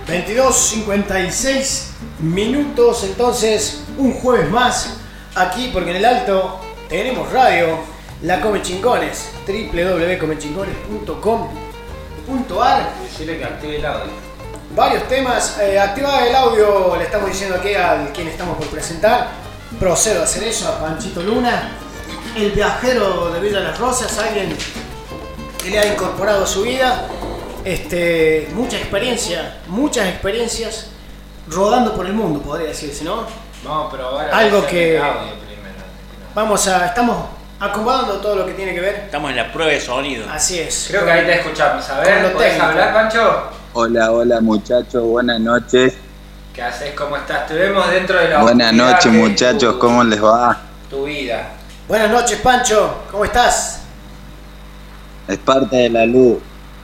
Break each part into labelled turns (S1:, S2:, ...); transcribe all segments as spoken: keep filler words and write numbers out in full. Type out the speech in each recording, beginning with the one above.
S1: veintidós cincuenta y seis minutos, entonces un jueves más aquí, porque en el Alto tenemos radio, la Come Chingones, doble u doble u doble u punto come chingones punto com punto a r.
S2: Decirle que active el audio.
S1: Varios temas, eh, activar el audio, le estamos diciendo aquí al quien estamos por presentar. Procedo a hacer eso, a Panchito Luna, el viajero de Villa Las Rosas, alguien que le ha incorporado a su vida este, mucha experiencia, muchas experiencias rodando por el mundo, podría decirse, ¿no?
S2: Vamos a probar a
S1: Algo
S2: hacer
S1: que
S2: el audio primero.
S1: vamos a, estamos acomodando todo lo que tiene que ver.
S3: Estamos en la prueba de sonido.
S1: Así es.
S2: Creo que ahí te escuchamos. A
S1: Con
S2: ver,
S1: lo
S2: ¿podés
S1: técnico.
S2: hablar, Pancho?
S4: Hola, hola muchachos, buenas noches.
S2: ¿Qué haces? ¿Cómo estás? Te vemos dentro de la
S4: Buenas
S2: oscuridad
S4: noches
S2: que es
S4: muchachos,
S2: tu-
S4: ¿cómo les va?
S2: Tu vida.
S1: Buenas noches, Pancho, ¿cómo estás?
S4: Es parte de la luz.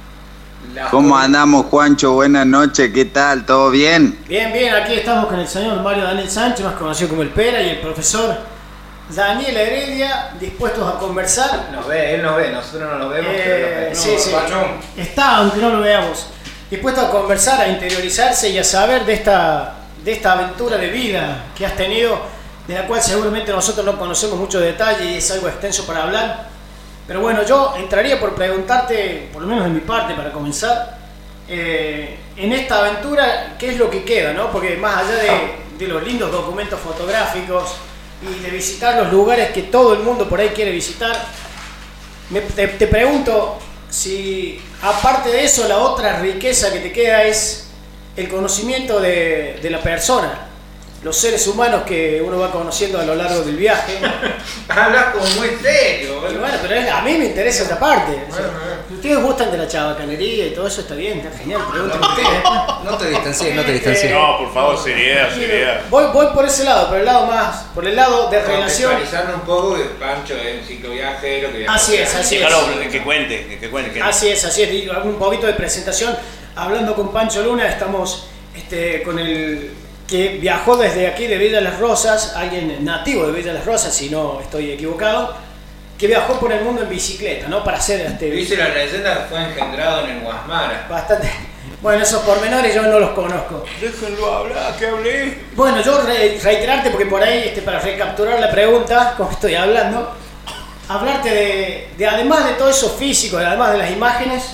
S2: La
S4: ¿Cómo
S2: oscuridad.
S4: andamos, Juancho? Buenas noches, ¿qué tal? ¿Todo bien?
S1: Bien, bien, aquí estamos con el señor Mario Daniel Sánchez, más conocido como el Pera, y el profesor Daniel Heredia, dispuestos a conversar.
S2: Nos ve, él nos ve, nosotros no lo vemos,
S1: Eh,
S2: pero él nos ve.
S1: sí, sí.
S2: Pancho.
S1: Está, aunque no lo veamos, dispuesto a conversar, a interiorizarse y a saber de esta, de esta aventura de vida que has tenido, de la cual seguramente nosotros no conocemos mucho detalle y es algo extenso para hablar. Pero bueno, yo entraría por preguntarte, por lo menos de mi parte para comenzar, eh, en esta aventura, ¿qué es lo que queda, no? Porque más allá de, de los lindos documentos fotográficos y de visitar los lugares que todo el mundo por ahí quiere visitar, me- te, te pregunto si aparte de eso la otra riqueza que te queda es el conocimiento de, de la persona, los seres humanos que uno va conociendo a lo largo del viaje.
S2: Hablas como muy serio,
S1: Y
S2: boludo.
S1: bueno, pero es- a mí me interesa esta parte. O sea,
S2: Bueno, bueno.
S1: si ustedes gustan de la chabacanería y todo eso, está bien, está genial, pregúntenme ustedes.
S5: No te distancies, no te distancies.
S3: No, por favor, seriedad, seriedad.
S1: Voy, voy por ese lado, por el lado más, por el lado de relación.
S2: Contextualizando un poco, que Pancho es un cicloviajero que viaja.
S1: Así es, así es.
S3: Déjalo que cuente, que, que cuente. Que...
S1: Así es, así es. Y un poquito de presentación. Hablando con Pancho Luna, estamos este, con el que viajó desde aquí de Villa Las Rosas, alguien nativo de Villa Las Rosas, si no estoy equivocado, que viajó por el mundo en bicicleta, ¿no? Para hacer este,
S2: Dice la leyenda que fue engendrado en el Guasmara.
S1: bastante. Bueno, esos pormenores yo no los conozco.
S3: Déjenlo hablar, que hablé.
S1: Bueno, yo re- reiterarte, porque por ahí, este, para recapturar la pregunta, como estoy hablando, hablarte de, de además de todo eso físico, además de las imágenes,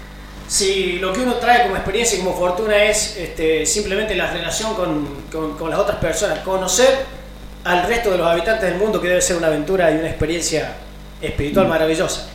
S1: si lo que uno trae como experiencia y como fortuna es este, simplemente la relación con, con, con las otras personas, conocer al resto de los habitantes del mundo, que debe ser una aventura y una experiencia espiritual maravillosa.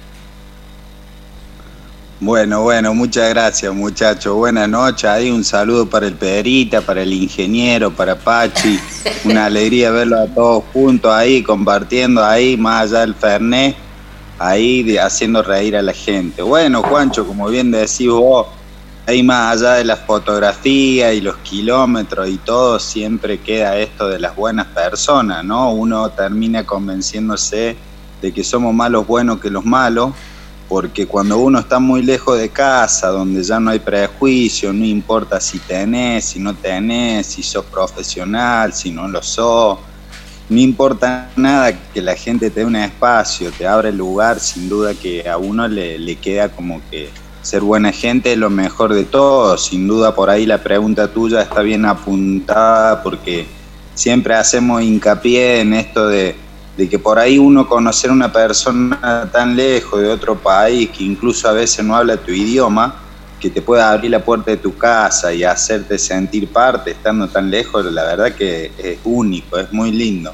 S4: Bueno, bueno, muchas gracias muchachos, buenas noches. Ahí un saludo para el Pedrita, para el ingeniero, para Pachi. Una alegría verlos a todos juntos ahí, compartiendo ahí, más allá del Fernet, ahí de- haciendo reír a la gente. Bueno, Juancho, como bien decís vos, ahí más allá de las fotografías y los kilómetros y todo, siempre queda esto de las buenas personas, ¿no? Uno termina convenciéndose de que somos más los buenos que los malos, porque cuando uno está muy lejos de casa, donde ya no hay prejuicio, no importa si tenés, si no tenés, si sos profesional, si no lo sos, no importa nada, que la gente te dé un espacio, te abre el lugar, sin duda que a uno le, le queda como que ser buena gente es lo mejor de todo. Sin duda por ahí la pregunta tuya está bien apuntada, porque siempre hacemos hincapié en esto de, de que por ahí uno conocer a una persona tan lejos de otro país, que incluso a veces no habla tu idioma, que te pueda abrir la puerta de tu casa y hacerte sentir parte estando tan lejos, la verdad que es único, es muy lindo.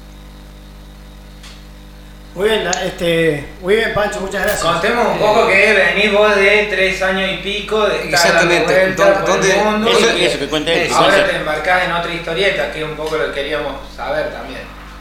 S1: Muy bien, este, muy bien, Pancho, muchas gracias.
S2: Contemos un poco que venís vos de tres años y pico de estar
S5: Exactamente.
S2: dando vueltas por
S5: ¿Dónde-
S2: el mundo.
S3: Eso,
S2: y
S3: eso, que cuente él.
S2: ahora te embarcás en otra historieta, que es un poco lo que queríamos saber también.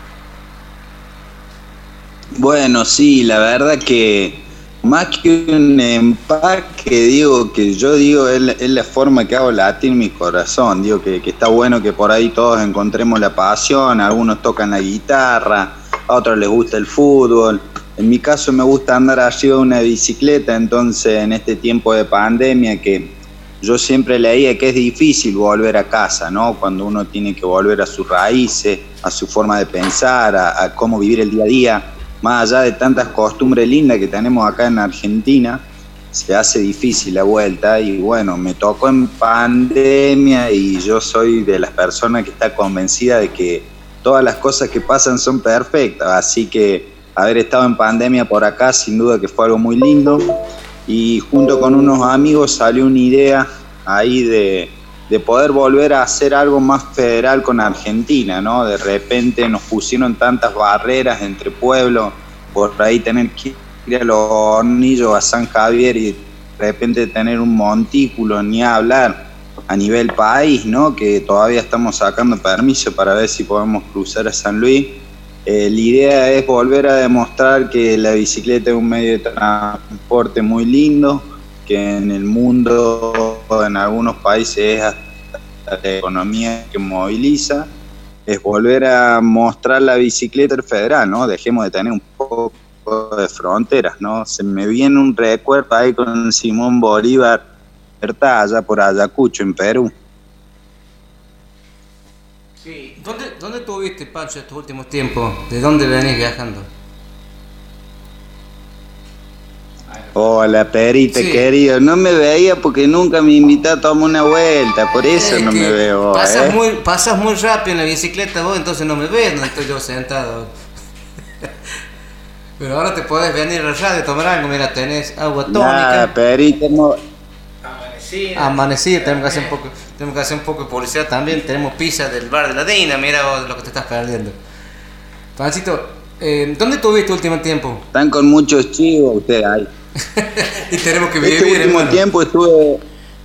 S4: Bueno, sí, la verdad que más que un empaque, digo que yo digo, es la, es la forma que hago latir mi corazón. Digo que, que está bueno que por ahí todos encontremos la pasión, algunos tocan la guitarra, a otros les gusta el fútbol. En mi caso me gusta andar arriba de una bicicleta, entonces en este tiempo de pandemia que yo siempre leía que es difícil volver a casa, ¿no? Cuando uno tiene que volver a sus raíces, a su forma de pensar, a, a cómo vivir el día a día, más allá de tantas costumbres lindas que tenemos acá en Argentina. se hace difícil la vuelta y bueno, me tocó en pandemia y yo soy de las personas que está convencida de que todas las cosas que pasan son perfectas, así que haber estado en pandemia por acá sin duda que fue algo muy lindo y junto con unos amigos salió una idea ahí de, de poder volver a hacer algo más federal con Argentina, ¿no? De repente nos pusieron tantas barreras entre pueblos, por ahí tener que ir a Los Hornillos, a San Javier y de repente tener un montículo, ni hablar a nivel país, ¿no? Que todavía estamos sacando permiso para ver si podemos cruzar a San Luis. Eh, la idea es volver a demostrar que la bicicleta es un medio de transporte muy lindo, que en el mundo, en algunos países, es hasta la economía que moviliza. Es volver a mostrar la bicicleta federal, ¿no? Dejemos de tener un poco de fronteras, ¿no? Se me viene un recuerdo ahí con Simón Bolívar, allá por Ayacucho, en Perú.
S2: Sí.
S5: ¿Dónde, ¿Dónde estuviste, Pancho, estos últimos tiempos? ¿De dónde venís viajando?
S4: Hola, Perita, sí. Querido. No me veía porque nunca me invitó a tomar una vuelta, por eso es no me veo.
S5: Pasas,
S4: ¿eh?
S5: muy, pasas muy rápido en la bicicleta vos, entonces no me ves, no estoy yo sentado. Pero ahora te podés venir a la radio, tomar algo, mira, tenés agua tónica.
S4: Nada, Perita, no...
S5: Amanecida. Amanecida, tenemos que hacer un poco, tenemos que hacer un poco de publicidad también. Tenemos pizza del bar de la Dina, mira vos lo que te estás perdiendo. Pancito, eh, ¿dónde estuviste último tiempo?
S4: Están con muchos chivos ustedes ahí.
S5: Y tenemos que vivir.
S4: Este último hermano. tiempo estuve.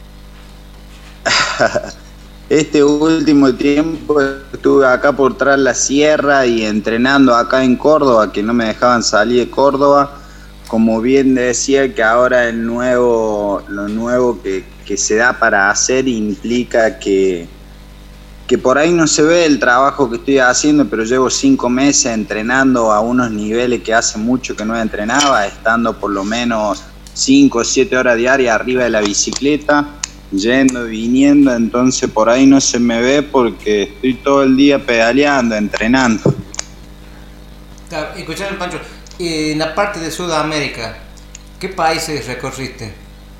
S4: Este último tiempo estuve acá por tras la sierra y entrenando acá en Córdoba, que no me dejaban salir de Córdoba. Como bien decía, que ahora el nuevo, lo nuevo que, que se da para hacer implica que, que por ahí no se ve el trabajo que estoy haciendo, pero llevo cinco meses entrenando a unos niveles que hace mucho que no entrenaba, estando por lo menos cinco o siete horas diarias arriba de la bicicleta, yendo y viniendo, entonces por ahí no se me ve porque estoy todo el día pedaleando, entrenando.
S5: Claro, escuchame, Pancho. En la parte de Sudamérica, ¿qué países recorriste?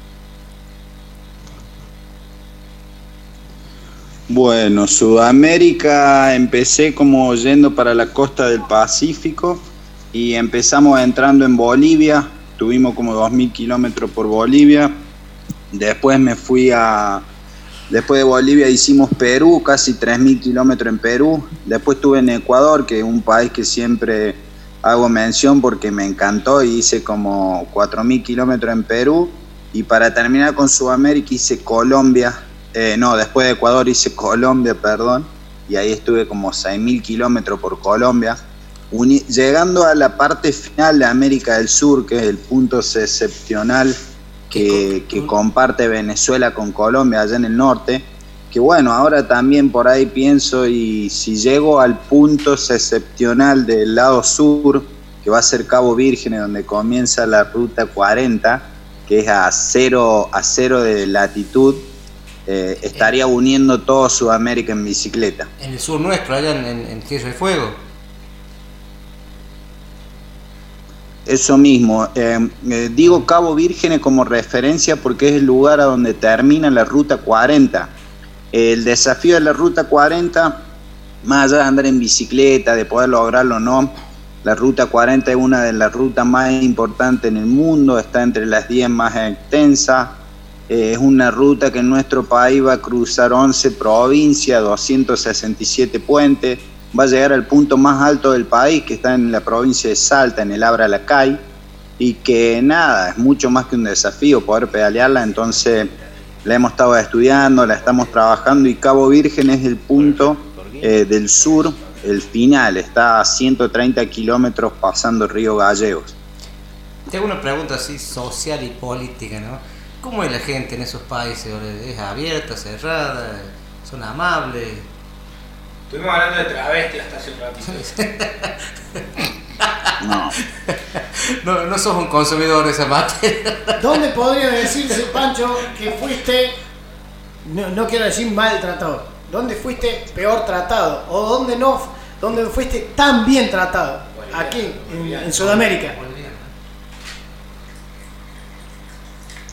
S4: Bueno, Sudamérica empecé como yendo para la costa del Pacífico y empezamos entrando en Bolivia, tuvimos como dos mil kilómetros por Bolivia, después me fui a... Después de Bolivia hicimos Perú, casi tres mil kilómetros en Perú, después estuve en Ecuador, que es un país que siempre... hago mención porque me encantó y hice como cuatro mil kilómetros en Perú y para terminar con Sudamérica hice Colombia, eh, no, después de Ecuador hice Colombia, perdón, y ahí estuve como seis mil kilómetros por Colombia, Uni- llegando a la parte final de América del Sur, que es el punto septentrional que, que comparte Venezuela con Colombia allá en el norte. Que bueno, ahora también por ahí pienso y si llego al punto septentrional del lado sur, que va a ser Cabo Virgen, donde comienza la ruta cuarenta, que es a cero, a cero de latitud, eh, estaría uniendo todo Sudamérica en bicicleta.
S5: En el sur nuestro, allá en, en, en Tierra del Fuego.
S4: Eso mismo, eh, eh, digo Cabo Virgen como referencia porque es el lugar a donde termina la ruta cuarenta. El desafío de la ruta cuarenta, más allá de andar en bicicleta, de poder lograrlo o no, la ruta cuarenta es una de las rutas más importantes en el mundo, está entre las diez más extensas, eh, es una ruta que en nuestro país va a cruzar once provincias, doscientos sesenta y siete puentes, va a llegar al punto más alto del país, que está en la provincia de Salta, en el Abra Lacay, y que nada, es mucho más que un desafío poder pedalearla, entonces... La hemos estado estudiando, la estamos trabajando y Cabo Virgen es el punto eh, del sur, el final, está a ciento treinta kilómetros pasando el río Gallegos.
S5: Tengo una pregunta así social y política, ¿no? ¿Cómo es la gente en esos países? ¿Es abierta, cerrada? ¿Son amables?
S2: Estuvimos hablando de travesti hasta hace un ratito.
S4: No.
S5: no, no sos un consumidor de esa materia.
S1: ¿Dónde podría decirse, Pancho, que fuiste, no, no quiero decir maltratado, dónde fuiste peor tratado? ¿O dónde no, dónde fuiste tan bien tratado? Aquí, en, en Sudamérica.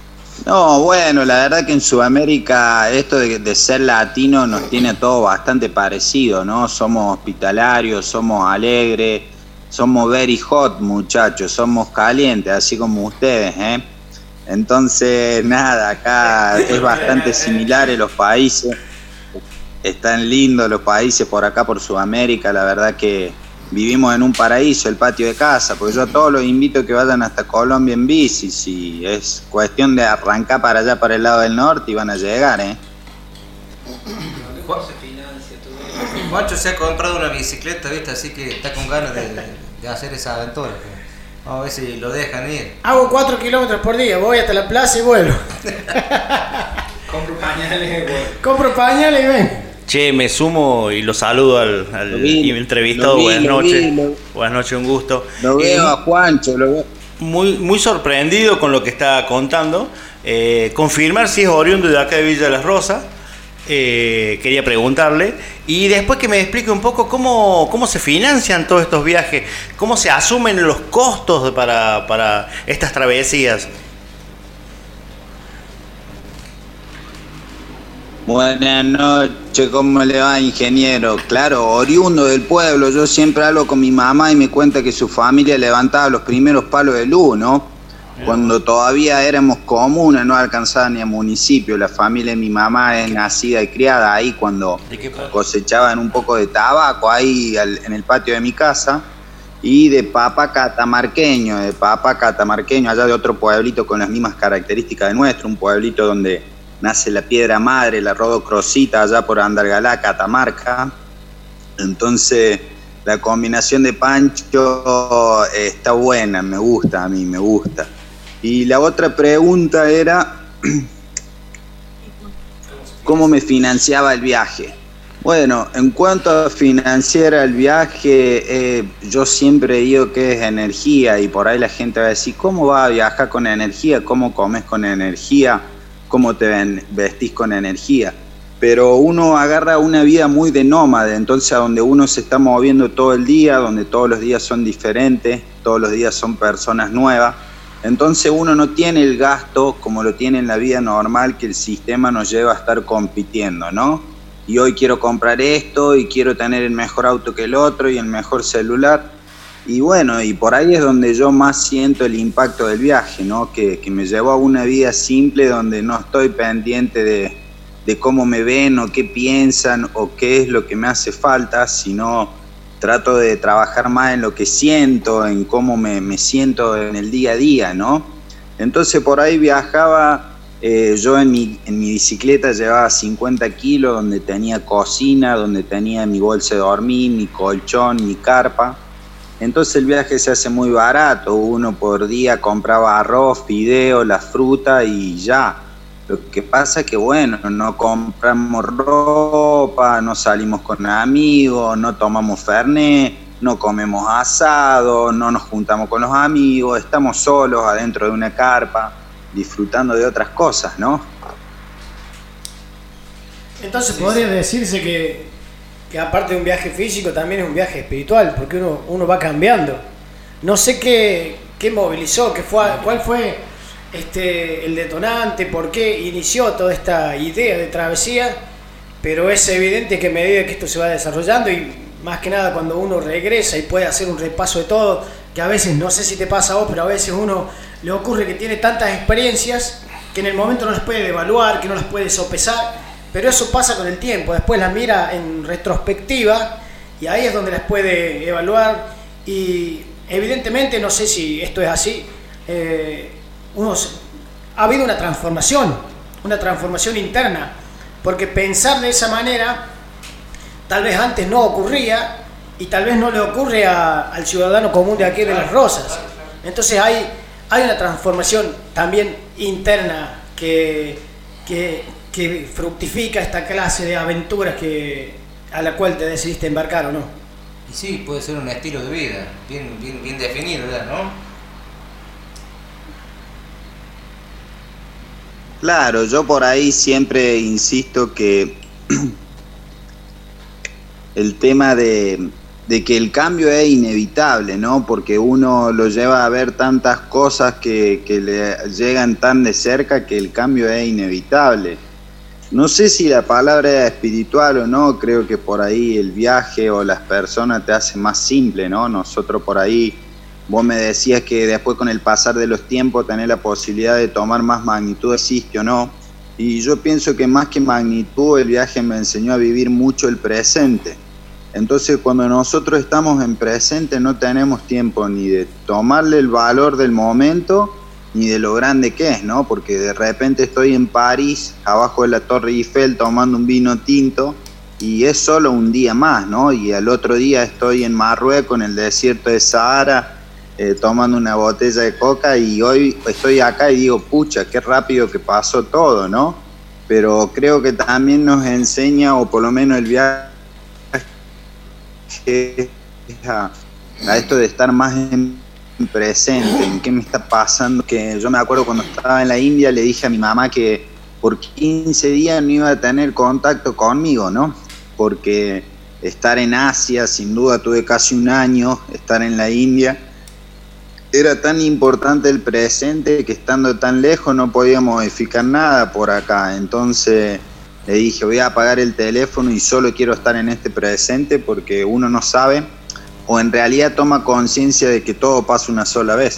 S4: No, bueno, la verdad que en Sudamérica esto de, de ser latino nos tiene a todos bastante parecido, ¿no? Somos hospitalarios, somos alegres, somos very hot, muchachos, somos calientes, así como ustedes, ¿eh? Entonces, nada, acá es bastante similar en los países, están lindos los países por acá, por Sudamérica, la verdad que vivimos en un paraíso, el patio de casa, porque yo a todos los invito a que vayan hasta Colombia en bici, si es cuestión de arrancar para allá, para el lado del norte, y van a llegar, ¿eh?
S5: Juancho se ha comprado una bicicleta, ¿viste? Así que está con ganas de, de hacer esa aventura. Vamos a ver si lo dejan ir.
S1: Hago cuatro kilómetros por día, voy hasta la plaza y vuelvo.
S2: Compro pañales y vuelvo.
S1: Compro pañales y ven.
S3: Che, me sumo y lo saludo al, al
S4: vi,
S3: entrevistado.
S4: vi,
S3: Buenas noches.
S4: vi, lo...
S3: Buenas noches, un gusto.
S4: Lo veo
S3: eh,
S4: a Juancho, lo veo.
S3: Muy, muy sorprendido con lo que está contando. Eh, confirmar si es oriundo de acá de Villa de las Rosas. Eh, quería preguntarle. Y después que me explique un poco cómo, cómo se financian todos estos viajes, cómo se asumen los costos para, para estas travesías.
S4: Buenas noches, ¿cómo le va, ingeniero? Claro, oriundo del pueblo, yo siempre hablo con mi mamá y me cuenta que su familia levantaba los primeros palos de luz, ¿no? Cuando todavía éramos comunas, no alcanzaba ni a municipio. La familia de mi mamá es nacida y criada ahí cuando cosechaban un poco de tabaco ahí al, en el patio de mi casa. Y de papá catamarqueño, de papá catamarqueño, allá de otro pueblito con las mismas características de nuestro, un pueblito donde nace la piedra madre, la rodocrosita, allá por Andalgalá, Catamarca. Entonces, la combinación de Pancho eh, está buena, me gusta, a mí me gusta. Y la otra pregunta era, ¿cómo me financiaba el viaje? Bueno, en cuanto a financiar el viaje, eh, yo siempre digo que es energía, y por ahí la gente va a decir, ¿cómo vas a viajar con energía? ¿Cómo comes con energía? ¿Cómo te vestís con energía? Pero uno agarra una vida muy de nómade, entonces a donde uno se está moviendo todo el día, donde todos los días son diferentes, todos los días son personas nuevas, entonces uno no tiene el gasto como lo tiene en la vida normal, que el sistema nos lleva a estar compitiendo, ¿no? Y hoy quiero comprar esto, y quiero tener el mejor auto que el otro, y el mejor celular, y bueno, y por ahí es donde yo más siento el impacto del viaje, ¿no? Que, que me llevó a una vida simple donde no estoy pendiente de, de cómo me ven o qué piensan o qué es lo que me hace falta, sino trato de trabajar más en lo que siento, en cómo me, me siento en el día a día, ¿no? Entonces por ahí viajaba, eh, yo en mi, en mi bicicleta llevaba cincuenta kilos, donde tenía cocina, donde tenía mi bolsa de dormir, mi colchón, mi carpa. Entonces el viaje se hace muy barato, uno por día compraba arroz, fideo, la fruta y ya. Lo que pasa es que bueno, no compramos ropa, no salimos con amigos, no tomamos fernet, no comemos asado, no nos juntamos con los amigos, estamos solos adentro de una carpa, disfrutando de otras cosas, ¿no?
S1: Entonces podría decirse que, que aparte de un viaje físico también es un viaje espiritual, porque uno, uno va cambiando. No sé qué, qué movilizó, qué fue, cuál fue este, el detonante, por qué inició toda esta idea de travesía, pero es evidente que a medida que esto se va desarrollando, y más que nada cuando uno regresa y puede hacer un repaso de todo, que a veces, no sé si te pasa a vos, pero a veces uno le ocurre que tiene tantas experiencias que en el momento no las puede evaluar, que no las puede sopesar, pero eso pasa con el tiempo, después las mira en retrospectiva y ahí es donde las puede evaluar. Y evidentemente, no sé si esto es así, eh, unos, ha habido una transformación, una transformación interna, porque pensar de esa manera tal vez antes no ocurría y tal vez no le ocurre a, al ciudadano común de aquí de Las Rosas. Entonces hay, hay una transformación también interna que, que, que fructifica esta clase de aventuras que, a la cual te decidiste embarcar, ¿o no?
S5: Y sí, puede ser un estilo de vida bien, bien, bien definido ya, ¿no?
S4: Claro, yo por ahí siempre insisto que el tema de, de que el cambio es inevitable, ¿no? Porque uno lo lleva a ver tantas cosas que, que le llegan tan de cerca que el cambio es inevitable. No sé si la palabra es espiritual o no, creo que por ahí el viaje o las personas te hacen más simple, ¿no? Nosotros por ahí, vos me decías que después con el pasar de los tiempos tenés la posibilidad de tomar más magnitud, existe o no. Y yo pienso que más que magnitud, el viaje me enseñó a vivir mucho el presente. Entonces cuando nosotros estamos en presente no tenemos tiempo ni de tomarle el valor del momento ni de lo grande que es, ¿no? Porque de repente estoy en París, abajo de la Torre Eiffel, tomando un vino tinto y es solo un día más, ¿no? Y al otro día estoy en Marruecos, en el desierto de Sahara, eh, tomando una botella de coca y hoy estoy acá y digo, pucha, qué rápido que pasó todo, ¿no? Pero creo que también nos enseña, o por lo menos el viaje, A, a esto de estar más en presente, en qué me está pasando. Que yo me acuerdo cuando estaba en la India le dije a mi mamá que por quince días no iba a tener contacto conmigo, ¿no? Porque estar en Asia, sin duda tuve casi un año, estar en la India, era tan importante el presente que estando tan lejos no podía modificar nada por acá. Entonces le dije, voy a apagar el teléfono y solo quiero estar en este presente porque uno no sabe, o en realidad toma conciencia de que todo pasa una sola vez.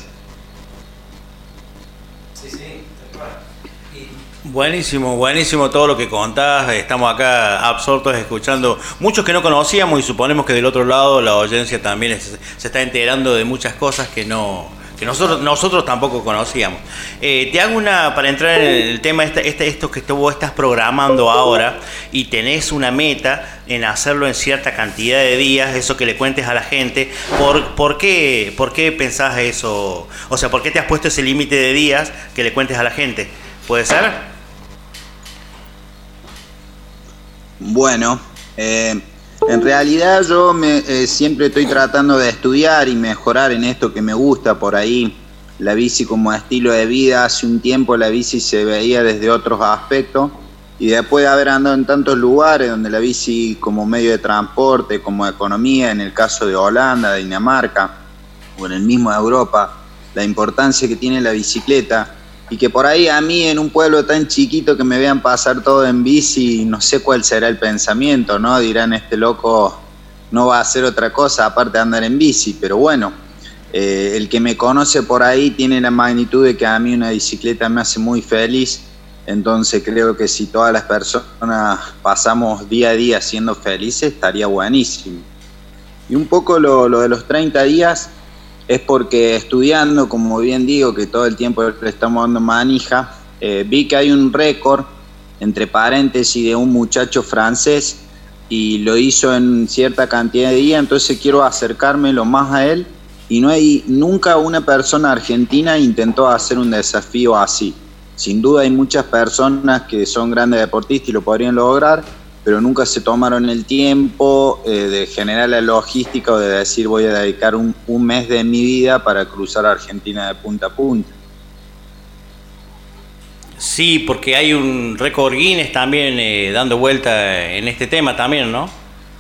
S3: Sí, sí, buenísimo, buenísimo todo lo que contás. Estamos acá absortos escuchando, muchos que no conocíamos y suponemos que del otro lado la audiencia también es, se está enterando de muchas cosas que no... que nosotros nosotros tampoco conocíamos. Eh, te hago una, para entrar en el tema, este, este, esto que vos estás programando ahora y tenés una meta en hacerlo en cierta cantidad de días, eso que le cuentes a la gente, ¿por, por, qué, ¿por qué pensás eso? O sea, ¿por qué te has puesto ese límite de días que le cuentes a la gente? ¿Puede ser?
S4: Bueno, eh... en realidad yo me, eh, siempre estoy tratando de estudiar y mejorar en esto que me gusta. Por ahí la bici como estilo de vida, hace un tiempo la bici se veía desde otros aspectos y después de haber andado en tantos lugares donde la bici como medio de transporte, como economía, en el caso de Holanda, de Dinamarca o en el mismo Europa, la importancia que tiene la bicicleta. Y que por ahí a mí en un pueblo tan chiquito que me vean pasar todo en bici, no sé cuál será el pensamiento, ¿no? Dirán, este loco no va a hacer otra cosa aparte de andar en bici. Pero bueno, eh, el que me conoce por ahí tiene la magnitud de que a mí una bicicleta me hace muy feliz. Entonces creo que si todas las personas pasamos día a día siendo felices, estaría buenísimo. Y un poco lo, lo de los treinta días... es porque estudiando, como bien digo, que todo el tiempo le estamos dando manija, eh, vi que hay un récord, entre paréntesis, de un muchacho francés y lo hizo en cierta cantidad de días, entonces quiero acercarme lo más a él y no hay nunca una persona argentina intentó hacer un desafío así. Sin duda hay muchas personas que son grandes deportistas y lo podrían lograr, pero nunca se tomaron el tiempo eh, de generar la logística o de decir voy a dedicar un, un mes de mi vida para cruzar Argentina de punta a punta.
S3: Sí, porque hay un récord Guinness también eh, dando vuelta en este tema también, ¿no?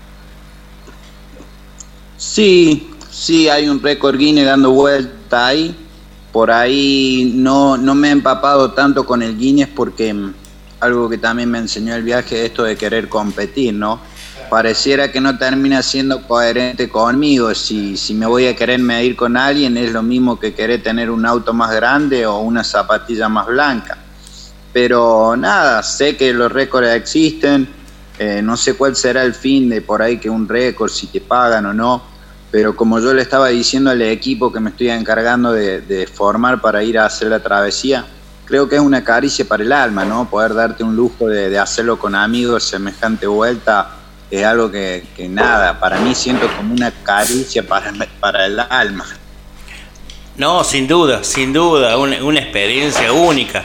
S4: Sí, sí, hay un récord Guinness dando vuelta ahí. Por ahí no, no me he empapado tanto con el Guinness porque... algo que también me enseñó el viaje, esto de querer competir, ¿no? Pareciera que no termina siendo coherente conmigo. Si, si me voy a querer medir con alguien, es lo mismo que querer tener un auto más grande o una zapatilla más blanca. Pero nada, sé que los récords existen, eh, no sé cuál será el fin de por ahí que un récord, si te pagan o no, pero como yo le estaba diciendo al equipo que me estoy encargando de, de formar para ir a hacer la travesía, creo que es una caricia para el alma, ¿no? Poder darte un lujo de, de hacerlo con amigos, semejante vuelta, es algo que, que nada, para mí siento como una caricia para, para el alma.
S3: No, sin duda, sin duda, una, una experiencia única.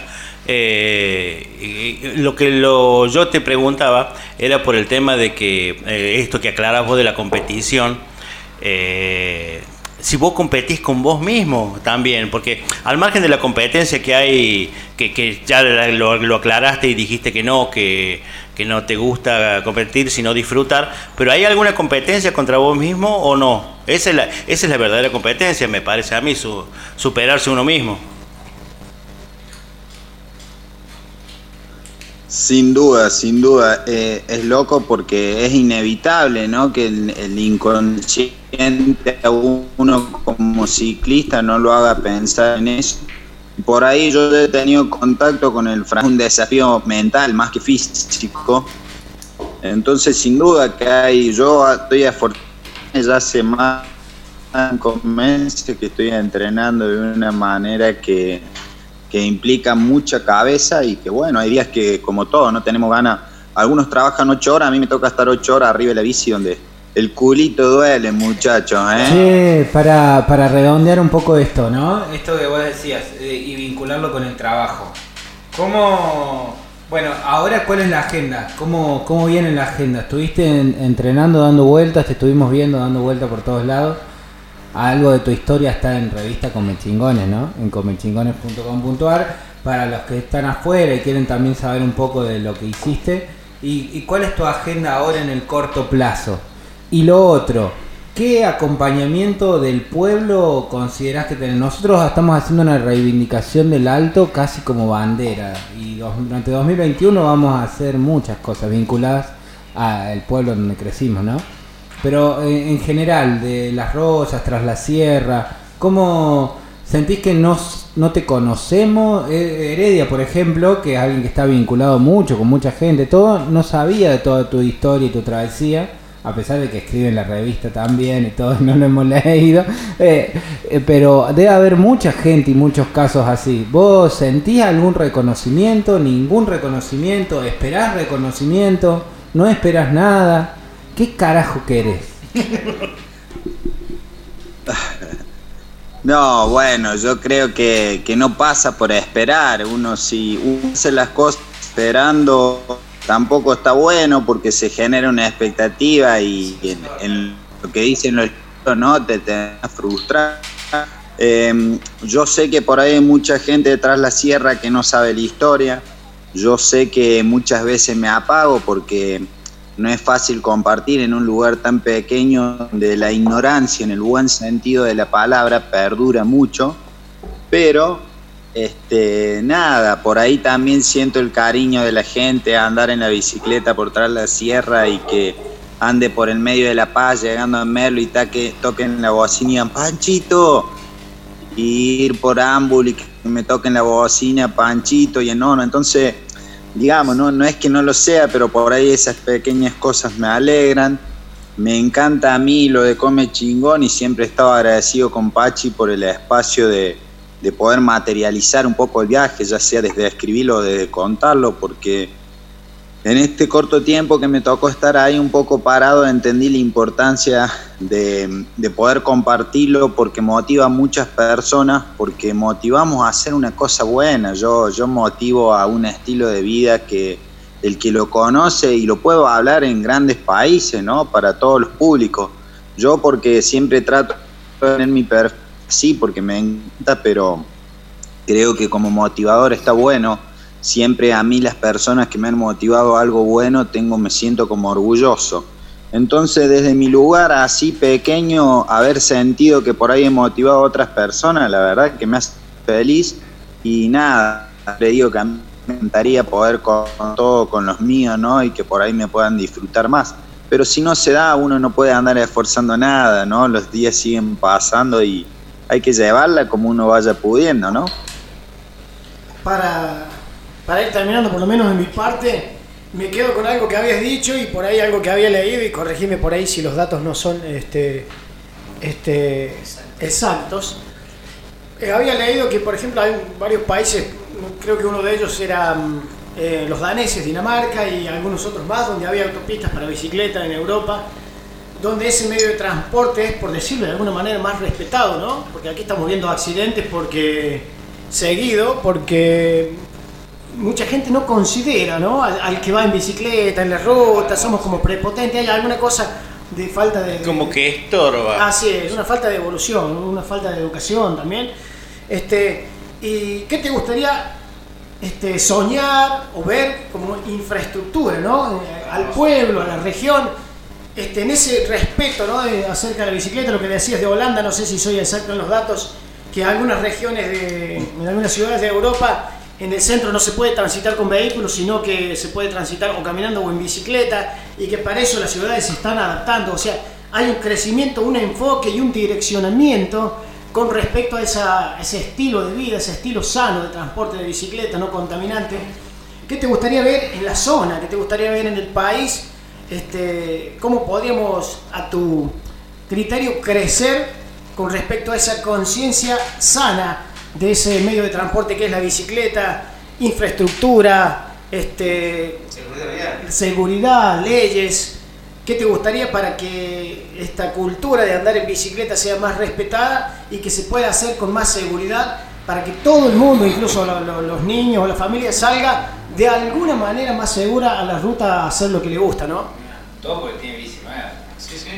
S3: Eh, lo que lo, yo te preguntaba era por el tema de que, eh, esto que aclaras vos de la competición, eh, si vos competís con vos mismo también, porque al margen de la competencia que hay, que, que ya lo, lo aclaraste y dijiste que no, que, que no te gusta competir sino disfrutar, pero ¿hay alguna competencia contra vos mismo o no? Esa es la, esa es la verdadera competencia, me parece a mí, su, superarse uno mismo.
S4: Sin duda, sin duda, eh, es loco porque es inevitable, ¿no? Que el, el inconsciente a uno como ciclista no lo haga pensar en eso. Por ahí yo he tenido contacto con el Fran, un desafío mental más que físico. Entonces, sin duda que hay, yo estoy afortunado, ya hace más de cinco meses que estoy entrenando de una manera que... que implica mucha cabeza y que bueno, hay días que como todos no tenemos ganas, algunos trabajan ocho horas, a mí me toca estar ocho horas arriba de la bici donde el culito duele, muchachos, ¿eh?
S6: Sí, para, para redondear un poco esto, ¿no? Esto que vos decías, eh, y vincularlo con el trabajo. ¿Cómo, bueno, ahora cuál es la agenda? ¿Cómo, cómo viene la agenda? ¿Estuviste en, entrenando, dando vueltas, te estuvimos viendo, dando vueltas por todos lados? Algo de tu historia está en revista Comechingones, ¿no? En comechingones punto com punto a r para los que están afuera y quieren también saber un poco de lo que hiciste. ¿Y, y cuál es tu agenda ahora en el corto plazo? Y lo otro, ¿qué acompañamiento del pueblo considerás que tenés? Nosotros estamos haciendo una reivindicación del Alto casi como bandera. Y dos, durante dos mil veintiuno vamos a hacer muchas cosas vinculadas al pueblo donde crecimos, ¿no? Pero eh, en general, de Las Rosas, tras la sierra, ¿cómo sentís que no, no te conocemos? Heredia, por ejemplo, que es alguien que está vinculado mucho con mucha gente, todo, no sabía de toda tu historia y tu travesía, a pesar de que escribe en la revista también y todo, no lo hemos leído, eh, eh, pero debe haber mucha gente y muchos casos así. ¿Vos sentís algún reconocimiento, ningún reconocimiento, esperás reconocimiento, no esperás nada? ¿Qué carajo querés?
S4: No, bueno, yo creo que, que no pasa por esperar. Uno si uno hace las cosas esperando tampoco está bueno porque se genera una expectativa y en, en lo que dicen los libros, ¿no? Te, te frustra. Eh, yo sé que por ahí hay mucha gente detrás de la sierra que no sabe la historia. Yo sé que muchas veces me apago porque no es fácil compartir en un lugar tan pequeño donde la ignorancia, en el buen sentido de la palabra, perdura mucho, pero este, nada, por ahí también siento el cariño de la gente a andar en la bicicleta por tras la sierra y que ande por el medio de La Paz llegando a Merlo y taque, toquen la bocina y digan Panchito, y ir por Ámbul y que me toquen la bocina Panchito y en no, entonces digamos, no, no es que no lo sea, pero por ahí esas pequeñas cosas me alegran. Me encanta a mí lo de Come Chingón y siempre he estado agradecido con Pachi por el espacio de, de poder materializar un poco el viaje, ya sea desde escribirlo o desde contarlo, porque en este corto tiempo que me tocó estar ahí un poco parado entendí la importancia de, de poder compartirlo porque motiva a muchas personas, porque motivamos a hacer una cosa buena. Yo, yo motivo a un estilo de vida que el que lo conoce, y lo puedo hablar en grandes países, ¿no? Para todos los públicos. Yo porque siempre trato de tener mi perfil, sí, porque me encanta, pero creo que como motivador está bueno. Siempre a mí las personas que me han motivado a algo bueno, tengo, me siento como orgulloso. Entonces, desde mi lugar así pequeño, haber sentido que por ahí he motivado a otras personas, la verdad que me hace feliz. Y nada, le digo que a mí me encantaría poder con todo, con los míos, ¿no? Y que por ahí me puedan disfrutar más. Pero si no se da, uno no puede andar esforzando nada, ¿no? Los días siguen pasando y hay que llevarla como uno vaya pudiendo, ¿no?
S1: Para... Para ir terminando, por lo menos en mi parte, me quedo con algo que habías dicho y por ahí algo que había leído, y corregime por ahí si los datos no son este, este, exactos. Eh, había leído que, por ejemplo, hay varios países, creo que uno de ellos era eh, los daneses, Dinamarca y algunos otros más, donde había autopistas para bicicleta en Europa, donde ese medio de transporte es, por decirlo de alguna manera, más respetado, ¿no? Porque aquí estamos viendo accidentes porque seguido, porque mucha gente no considera, ¿no? Al, al que va en bicicleta, en la ruta, somos como prepotentes, hay alguna cosa de falta de...
S3: Como que estorba.
S1: Ah, sí, es una falta de evolución, una falta de educación también. Este, ¿y qué te gustaría este, soñar o ver como infraestructura, ¿no? Al pueblo, a la región, este, en ese respeto, ¿no? De, acerca de la bicicleta, lo que decías de Holanda, no sé si soy exacto en los datos, que en algunas regiones, de, en algunas ciudades de Europa, en el centro no se puede transitar con vehículos, sino que se puede transitar o caminando o en bicicleta, y que para eso las ciudades se están adaptando. O sea, hay un crecimiento, un enfoque y un direccionamiento con respecto a esa, ese estilo de vida, ese estilo sano de transporte de bicicleta, no contaminante. ¿Qué te gustaría ver en la zona? ¿Qué te gustaría ver en el país? Este, ¿Cómo podríamos, a tu criterio, crecer con respecto a esa conciencia sana de ese medio de transporte que es la bicicleta, infraestructura, este, seguridad, seguridad, leyes? ¿Qué te gustaría para que esta cultura de andar en bicicleta sea más respetada y que se pueda hacer con más seguridad para que todo el mundo, incluso lo, lo, los niños o la familia, salga de alguna manera más segura a la ruta a hacer lo que le gusta, ¿no?
S2: Todo porque tiene bici, ¿no? Sí, sí.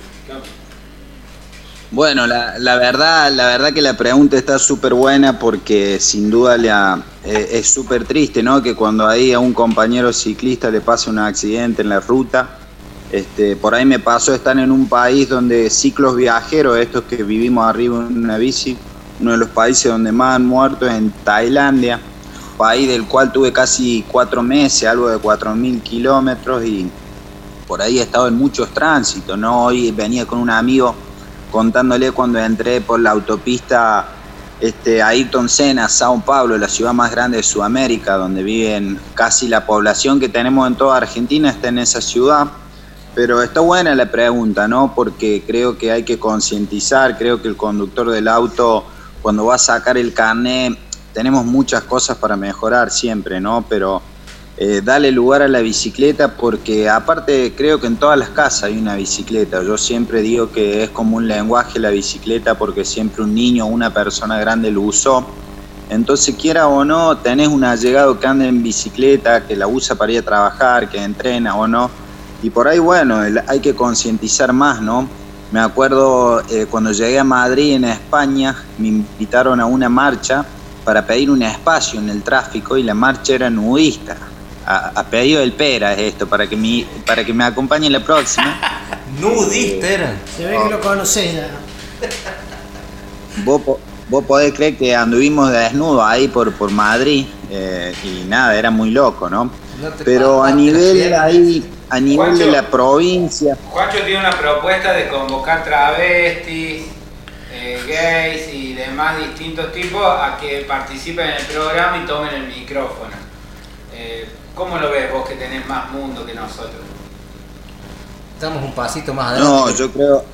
S4: Bueno, la, la verdad la verdad que la pregunta está súper buena porque sin duda la, eh, es súper triste, ¿no? Que cuando ahí a un compañero ciclista le pasa un accidente en la ruta. Este, por ahí me pasó estar en un país donde ciclos viajeros, estos que vivimos arriba en una bici, uno de los países donde más han muerto es en Tailandia, país del cual tuve casi cuatro meses, algo de cuatro mil kilómetros, y por ahí he estado en muchos tránsitos, ¿no? Hoy venía con un amigo contándole cuando entré por la autopista este, Ayrton Senna, Sao Paulo, la ciudad más grande de Sudamérica, donde viven casi la población que tenemos en toda Argentina, está en esa ciudad. Pero está buena la pregunta, ¿no? Porque creo que hay que concientizar, creo que el conductor del auto, cuando va a sacar el carnet, tenemos muchas cosas para mejorar siempre, ¿no? Pero eh, dale lugar a la bicicleta porque aparte creo que en todas las casas hay una bicicleta. Yo siempre digo que es como un lenguaje la bicicleta porque siempre un niño o una persona grande lo usó. Entonces, quiera o no, tenés un allegado que anda en bicicleta, que la usa para ir a trabajar, que entrena o no. Y por ahí, bueno, hay que concientizar más, ¿no? Me acuerdo eh, cuando llegué a Madrid, en España, me invitaron a una marcha para pedir un espacio en el tráfico y la marcha era nudista. A, a pedido del Pera es esto, para que, mi, para que me acompañe la próxima.
S5: Nudista era.
S1: Se ve que lo conocés ya.
S4: Vos, vos podés creer que anduvimos desnudos ahí por, por Madrid eh, y nada, era muy loco, ¿no? No Pero a nivel ahí... A nivel
S2: Juancho,
S4: de la provincia.
S2: Juancho tiene una propuesta de convocar travestis, eh, gays y demás distintos tipos a que participen en el programa y tomen el micrófono. Eh, ¿Cómo lo ves vos que tenés más mundo que nosotros?
S5: Estamos un pasito más adelante.
S4: No, yo creo...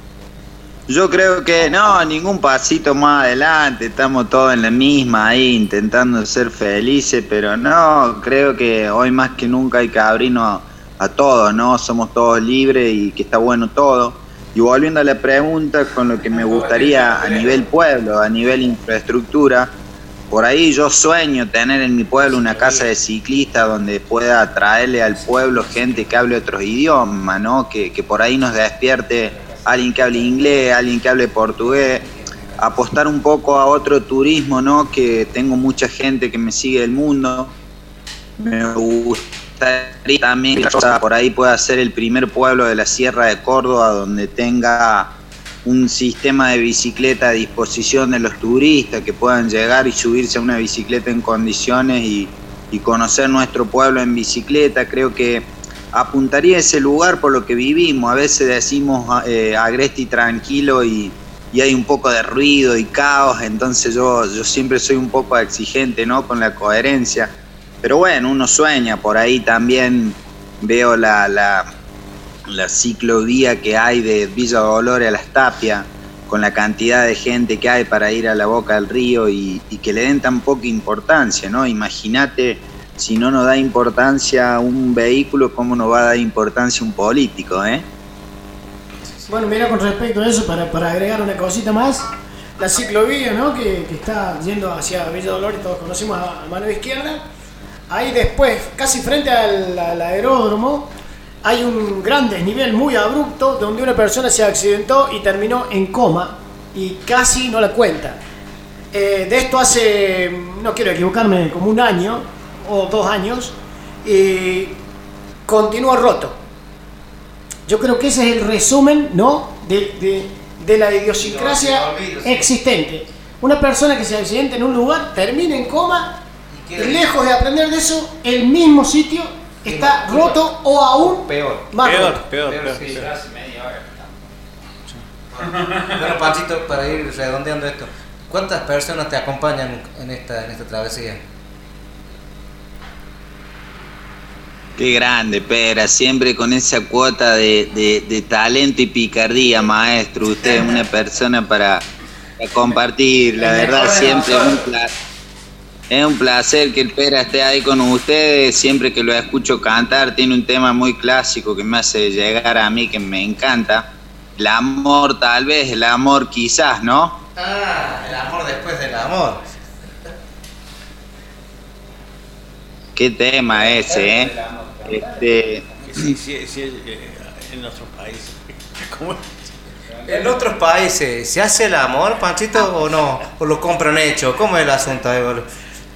S4: Yo creo que no, ningún pasito más adelante, estamos todos en la misma ahí intentando ser felices, pero no, creo que hoy más que nunca hay que abrirnos a todos, ¿no? Somos todos libres y que está bueno todo. Y volviendo a la pregunta, con lo que me gustaría a nivel pueblo, a nivel infraestructura, por ahí yo sueño tener en mi pueblo una casa de ciclistas donde pueda traerle al pueblo gente que hable otros idiomas, ¿no? Que, que por ahí nos despierte alguien que hable inglés, alguien que hable portugués, apostar un poco a otro turismo, ¿no? Que tengo mucha gente que me sigue del mundo. Me gusta también por ahí pueda ser el primer pueblo de la Sierra de Córdoba donde tenga un sistema de bicicleta a disposición de los turistas que puedan llegar y subirse a una bicicleta en condiciones y, y conocer nuestro pueblo en bicicleta. Creo que apuntaría a ese lugar por lo que vivimos. A veces decimos eh, agreste y tranquilo y, y hay un poco de ruido y caos, entonces yo, yo siempre soy un poco exigente, ¿no? Con la coherencia. Pero bueno, uno sueña, por ahí también veo la, la, la ciclovía que hay de Villa Dolores a Las Tapias, con la cantidad de gente que hay para ir a la boca del río y, y que le den tan poca importancia, ¿no? Imagínate, si no nos da importancia un vehículo, ¿cómo nos va a dar importancia un político, eh?
S1: Bueno, mira, con respecto a eso, para, para agregar una cosita más, la ciclovía, ¿no? Que, que está yendo hacia Villa Dolores, todos conocemos a, a mano izquierda. Ahí después, casi frente al, al aeródromo, hay un gran desnivel muy abrupto donde una persona se accidentó y terminó en coma y casi no la cuenta. Eh, de esto hace, no quiero equivocarme, como un año o dos años, y continuó roto. Yo creo que ese es el resumen, ¿no?, de, de, de la idiosincrasia existente. Una persona que se accidenta en un lugar, termina en coma, y lejos de aprender de eso, el mismo sitio está roto o aún
S5: peor.
S1: Más
S3: peor,
S1: roto.
S3: peor,
S2: Pero
S3: peor,
S2: sí,
S3: peor.
S2: hace media hora que estamos.
S5: Bueno, Panchito, para ir redondeando esto, ¿cuántas personas te acompañan en esta, en esta travesía?
S4: Qué grande, Pera, siempre con esa cuota de, de, de talento y picardía, maestro. Usted es una persona para, para compartir, la verdad, siempre es un placer. Es un placer que el Pera esté ahí con ustedes, siempre que lo escucho cantar, tiene un tema muy clásico que me hace llegar a mí, que me encanta. El amor tal vez, el amor quizás, ¿no?
S5: Ah, el amor después del amor.
S4: Qué tema ese, ¿eh? Este...
S3: Sí, sí, sí, eh, en otros países. ¿Cómo?
S5: En otros países, ¿se hace el amor, Panchito, o no? ¿O lo compran hecho? ¿Cómo es el asunto ahí, boludo?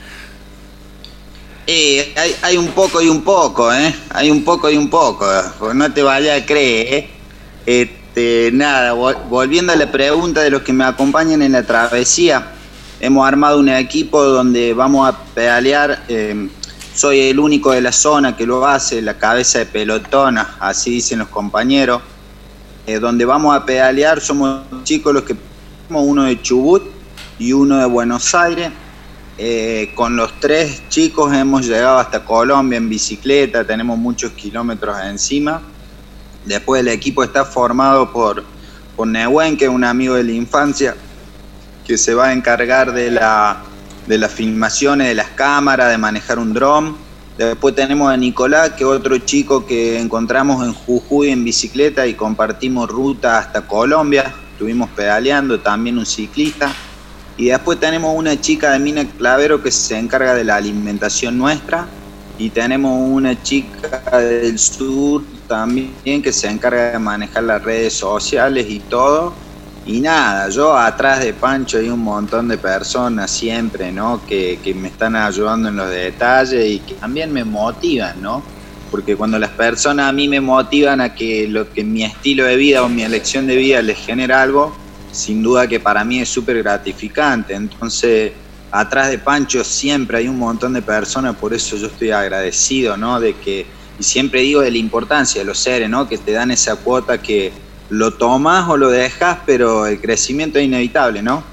S4: Eh, hay, hay un poco y un poco, ¿eh? Hay un poco y un poco, pues no te vayas a creer, ¿eh? Este, nada, vol- volviendo a la pregunta de los que me acompañan en la travesía, hemos armado un equipo donde vamos a pedalear, eh, soy el único de la zona que lo hace, la cabeza de pelotón, así dicen los compañeros, eh, donde vamos a pedalear, somos chicos los que, uno de Chubut y uno de Buenos Aires. Eh, con los tres chicos hemos llegado hasta Colombia en bicicleta, tenemos muchos kilómetros encima. Después el equipo está formado por, por Nehuen, que es un amigo de la infancia, que se va a encargar de, la, de las filmaciones, de las cámaras, de manejar un dron. Después tenemos a Nicolás, que es otro chico que encontramos en Jujuy en bicicleta y compartimos ruta hasta Colombia, estuvimos pedaleando, también un ciclista. Y después tenemos una chica de Mina Clavero que se encarga de la alimentación nuestra. Y tenemos una chica del sur también que se encarga de manejar las redes sociales y todo. Y nada, yo atrás de Pancho hay un montón de personas siempre, ¿no?, que, que me están ayudando en los detalles y que también me motivan, ¿no? Porque cuando las personas a mí me motivan a que lo que mi estilo de vida o mi elección de vida les genera algo, sin duda que para mí es súper gratificante. Entonces, atrás de Pancho siempre hay un montón de personas, por eso yo estoy agradecido, ¿no? De que, y siempre digo de la importancia de los seres, ¿no?, que te dan esa cuota que lo tomas o lo dejas, pero el crecimiento es inevitable, ¿no?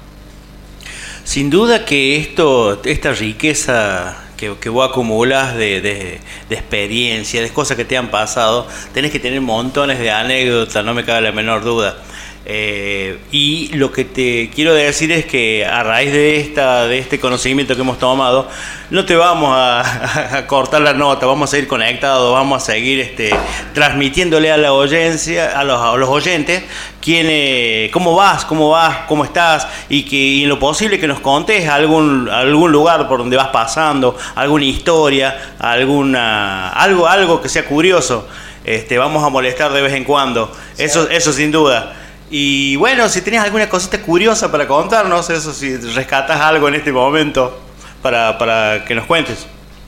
S3: Sin duda que esto, esta riqueza que, que vos acumulás de, de, de experiencia, de cosas que te han pasado, tenés que tener montones de anécdotas, no me cabe la menor duda. Eh, y lo que te quiero decir es que a raíz de esta de este conocimiento que hemos tomado, no te vamos a, a cortar la nota, vamos a seguir conectados, vamos a seguir este, transmitiéndole a la audiencia, a los, a los oyentes, quién, eh, cómo vas, cómo vas, cómo estás, y que y en lo posible que nos contes algún algún lugar por donde vas pasando, alguna historia, alguna algo algo que sea curioso. Este, vamos a molestar de vez en cuando, eso eso sin duda. Y bueno, si tenés alguna cosita curiosa para contarnos, eso, si rescatas algo en este momento para, para que nos cuentes.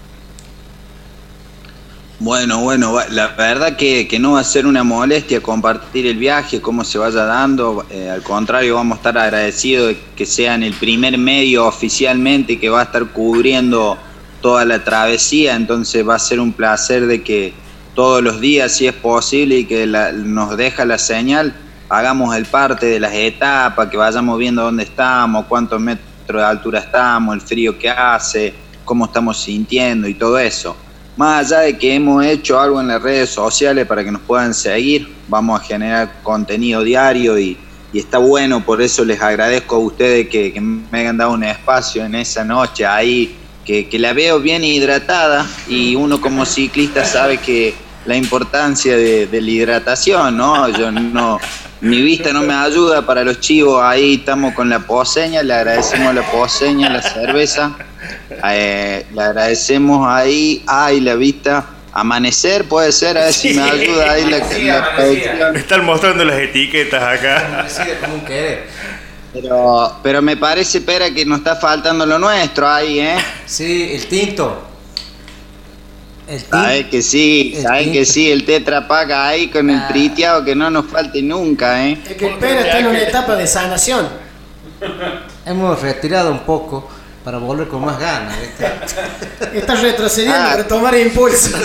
S4: Bueno, bueno, la verdad que, que no va a ser una molestia compartir el viaje, cómo se vaya dando. Eh, al contrario, vamos a estar agradecidos de que sean el primer medio oficialmente que va a estar cubriendo toda la travesía. Entonces va a ser un placer de que todos los días, si es posible, y que la, nos deja la señal, hagamos el parte de las etapas, que vayamos viendo dónde estamos, cuántos metros de altura estamos, el frío que hace, cómo estamos sintiendo y todo eso. Más allá de que hemos hecho algo en las redes sociales para que nos puedan seguir, vamos a generar contenido diario y, y está bueno, por eso les agradezco a ustedes que, que me hayan dado un espacio en esa noche ahí, que, que la veo bien hidratada, y uno como ciclista sabe que la importancia de, de la hidratación, ¿no? Yo no... Mi vista no me ayuda para los chivos, ahí estamos con la poseña, le agradecemos la poseña, la cerveza, eh, le agradecemos ahí, ay, la vista, Amanecer puede ser, a ver sí. si me ayuda ahí la, la
S3: producción. Me están mostrando las etiquetas acá.
S5: Amanecida como un querer.
S4: Pero, pero me parece, Pera, que nos está faltando lo nuestro ahí, ¿eh?
S5: Sí, el tinto.
S4: El tinto. Sabes que sí, sabes que sí, el Tetra Pak ahí con ah. el triteado que no nos falte nunca, ¿eh?
S1: Es que el Pera está en una etapa de sanación.
S5: Hemos retirado un poco para volver con más ganas, ¿viste?
S1: Estás retrocediendo ah. para tomar impulso.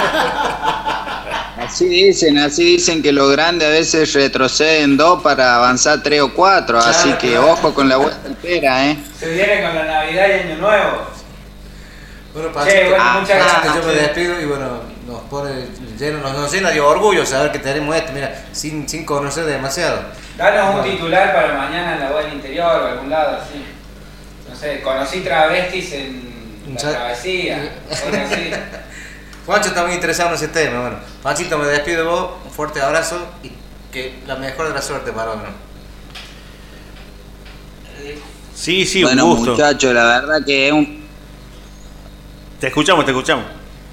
S4: Así dicen, así dicen que los grandes a veces retroceden dos para avanzar tres o cuatro, claro, así que claro. Ojo con la vuelta entera, ¿eh?
S2: Se viene con la Navidad y Año Nuevo.
S5: Bueno, Panchito, sí, bueno, ah, muchas gracias. Yo me despido y bueno, nos pone lleno, nos, nos llena de orgullo saber que tenemos esto, mira, sin, sin conocer demasiado.
S2: Danos un titular para mañana en la web del interior o algún lado así. No sé, conocí travestis en la travesía, algo así.
S5: Juancho está muy interesado en ese tema. Bueno, Panchito, me despido de vos, un fuerte abrazo y que la mejor de la suerte para vos.
S3: Sí, sí,
S4: bueno,
S3: un gusto.
S4: Muchachos, la verdad que es un...
S3: Te escuchamos, te escuchamos.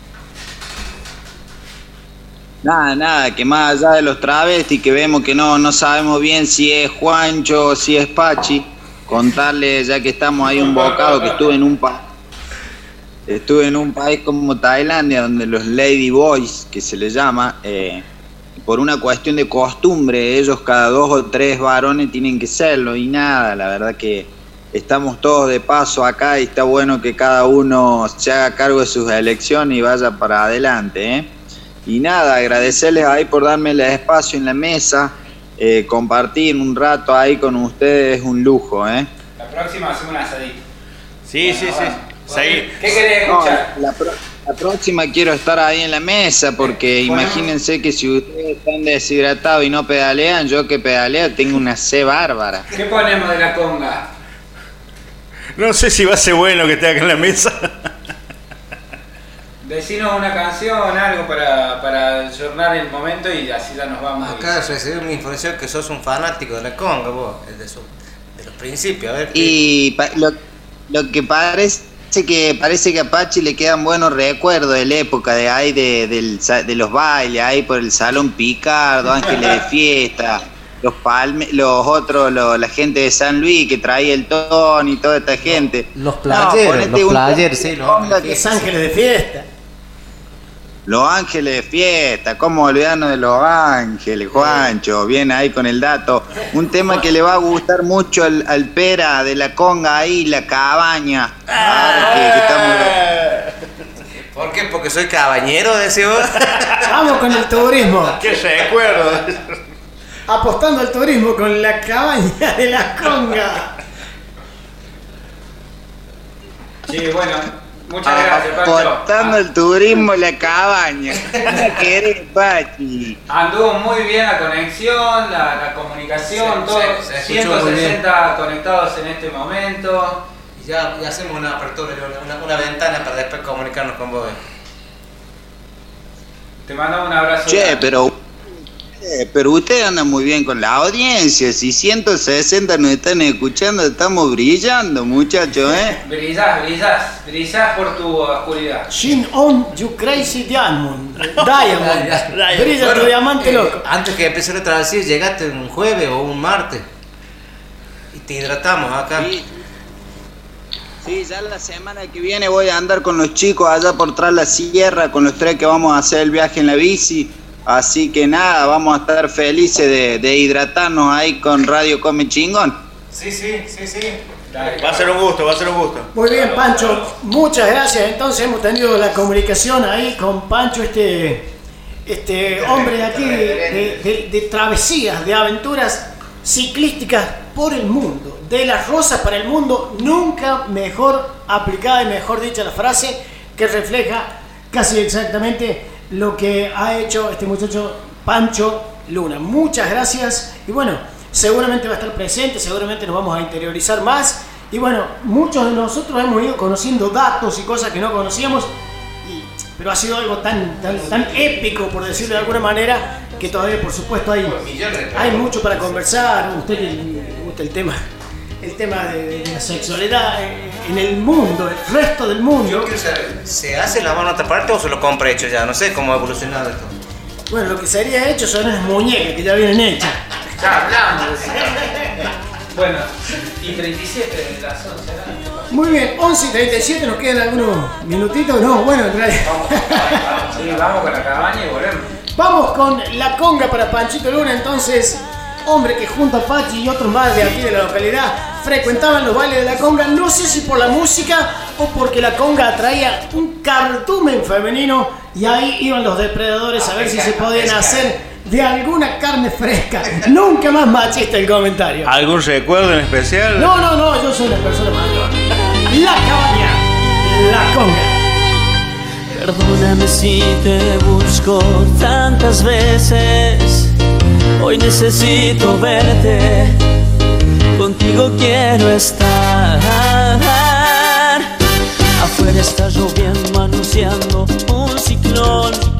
S4: Nada, nada, que más allá de los travestis que vemos que no, no sabemos bien si es Juancho o si es Pachi, contarle, ya que estamos ahí un bocado, que estuve en un país. Estuve en un país como Tailandia, donde los Lady Boys, que se les llama, eh, por una cuestión de costumbre, ellos cada dos o tres varones tienen que serlo y nada, la verdad que estamos todos de paso acá y está bueno que cada uno se haga cargo de sus elecciones y vaya para adelante, ¿eh? Y nada, agradecerles ahí por darme el espacio en la mesa, eh, compartir un rato ahí con ustedes es un lujo, ¿eh?
S2: La próxima hacemos un asadito.
S3: Sí, bueno, sí,
S2: bueno.
S3: sí.
S2: ¿Qué querés escuchar?
S4: No, la, pro, la próxima quiero estar ahí en la mesa porque bueno, imagínense que si ustedes están deshidratados y no pedalean, yo que pedaleo tengo una sed bárbara.
S2: ¿Qué ponemos de la conga?
S3: No sé si va a ser bueno que esté acá en la mesa.
S2: Decinos una canción, algo para, para jornar el momento y así ya nos vamos.
S5: Acá recibí una información que sos un fanático de la conga, vos, de, su, de los principios. A ver,
S4: y pa, lo, lo que parece que parece que a Pachi le quedan buenos recuerdos de la época de ahí de, de, de los bailes ahí por el Salón Picardo, Ángeles de Fiesta, los palme, los otros, los, la gente de San Luis que traía el ton y toda esta gente.
S5: Los playeros, no, los playeros, sí, los
S1: Ángeles, Ángeles de Fiesta.
S4: Los Ángeles de Fiesta, ¿cómo olvidarnos de los Ángeles, Juancho? Viene ahí con el dato. Un tema que le va a gustar mucho al, al Pera de la conga ahí, la cabaña. Ahora que, que
S5: estamos... ¿Por qué? Porque soy cabañero, decís vos.
S1: Vamos con el turismo.
S3: ¿Qué recuerdo?
S1: Apostando al turismo con la cabaña de la conga.
S2: Sí, bueno. Muchas gracias, Pancho.
S4: Apostando el turismo, la cabaña. ¿Qué querés, Pachi?
S2: Anduvo muy bien la conexión, la, la comunicación, sí, todo. Se, se ciento sesenta conectados en este momento.
S5: Y ya, ya hacemos una apertura, una, una ventana para después comunicarnos con vos.
S2: Te mandamos un abrazo.
S4: Che, grande. pero... Pero usted anda muy bien con la audiencia, si ciento sesenta nos están escuchando, estamos brillando, muchachos, ¿eh?
S2: Brillás, brillás, brillás por tu oscuridad.
S1: Shin on you crazy diamond, diamond, brilla bueno, tu diamante eh, loco.
S5: Antes que empecé la travesía, llegaste un jueves o un martes y te hidratamos acá.
S4: Sí. Sí, ya la semana que viene voy a andar con los chicos allá por tras la sierra, con los tres que vamos a hacer el viaje en la bici. Así que nada, vamos a estar felices de, de hidratarnos ahí con Radio Come Chingón.
S2: Sí, sí, sí, sí.
S3: Va a ser un gusto, va a ser un gusto.
S1: Muy bien, Pancho, muchas gracias. Entonces hemos tenido la comunicación ahí con Pancho, este, este hombre de aquí, de, de, de travesías, de aventuras ciclísticas por el mundo. De las rosas para el mundo, nunca mejor aplicada y mejor dicha la frase, que refleja casi exactamente lo que ha hecho este muchacho Pancho Luna. Muchas gracias y bueno, seguramente va a estar presente, seguramente nos vamos a interiorizar más y bueno, muchos de nosotros hemos ido conociendo datos y cosas que no conocíamos, y, pero ha sido algo tan, tan, tan épico, por decirlo de alguna manera, que todavía por supuesto hay, hay mucho para conversar. Usted le gusta el tema el tema de, de la sexualidad en, en el mundo, el resto del mundo.
S5: Yo quiero saber, ¿se hace la mano a otra parte o se lo compra hecho ya? No sé cómo ha evolucionado esto.
S1: Bueno, lo que sería hecho son las muñecas que ya vienen hechas.
S2: Está hablando. Bueno, y treinta y siete de las once.
S1: Muy bien, once y treinta y siete, nos quedan algunos minutitos. No, bueno, en realidad.
S2: Vamos, vamos, sí, vamos con la cabaña y volvemos.
S1: Vamos con la conga para Panchito Luna, entonces, hombre que junto a Pachi y otros más de aquí de la localidad frecuentaban los bailes de la conga, no sé si por la música o porque la conga atraía un cardumen femenino y ahí iban los depredadores a ver si se podían hacer de alguna carne fresca. Nunca más machista el comentario.
S3: ¿Algún recuerdo en especial?
S1: No, no, no, yo soy una persona mayor. La cabaña, la conga.
S7: Perdóname si te busco tantas veces. Hoy necesito verte. Contigo quiero estar. Afuera está lloviendo, anunciando un ciclón.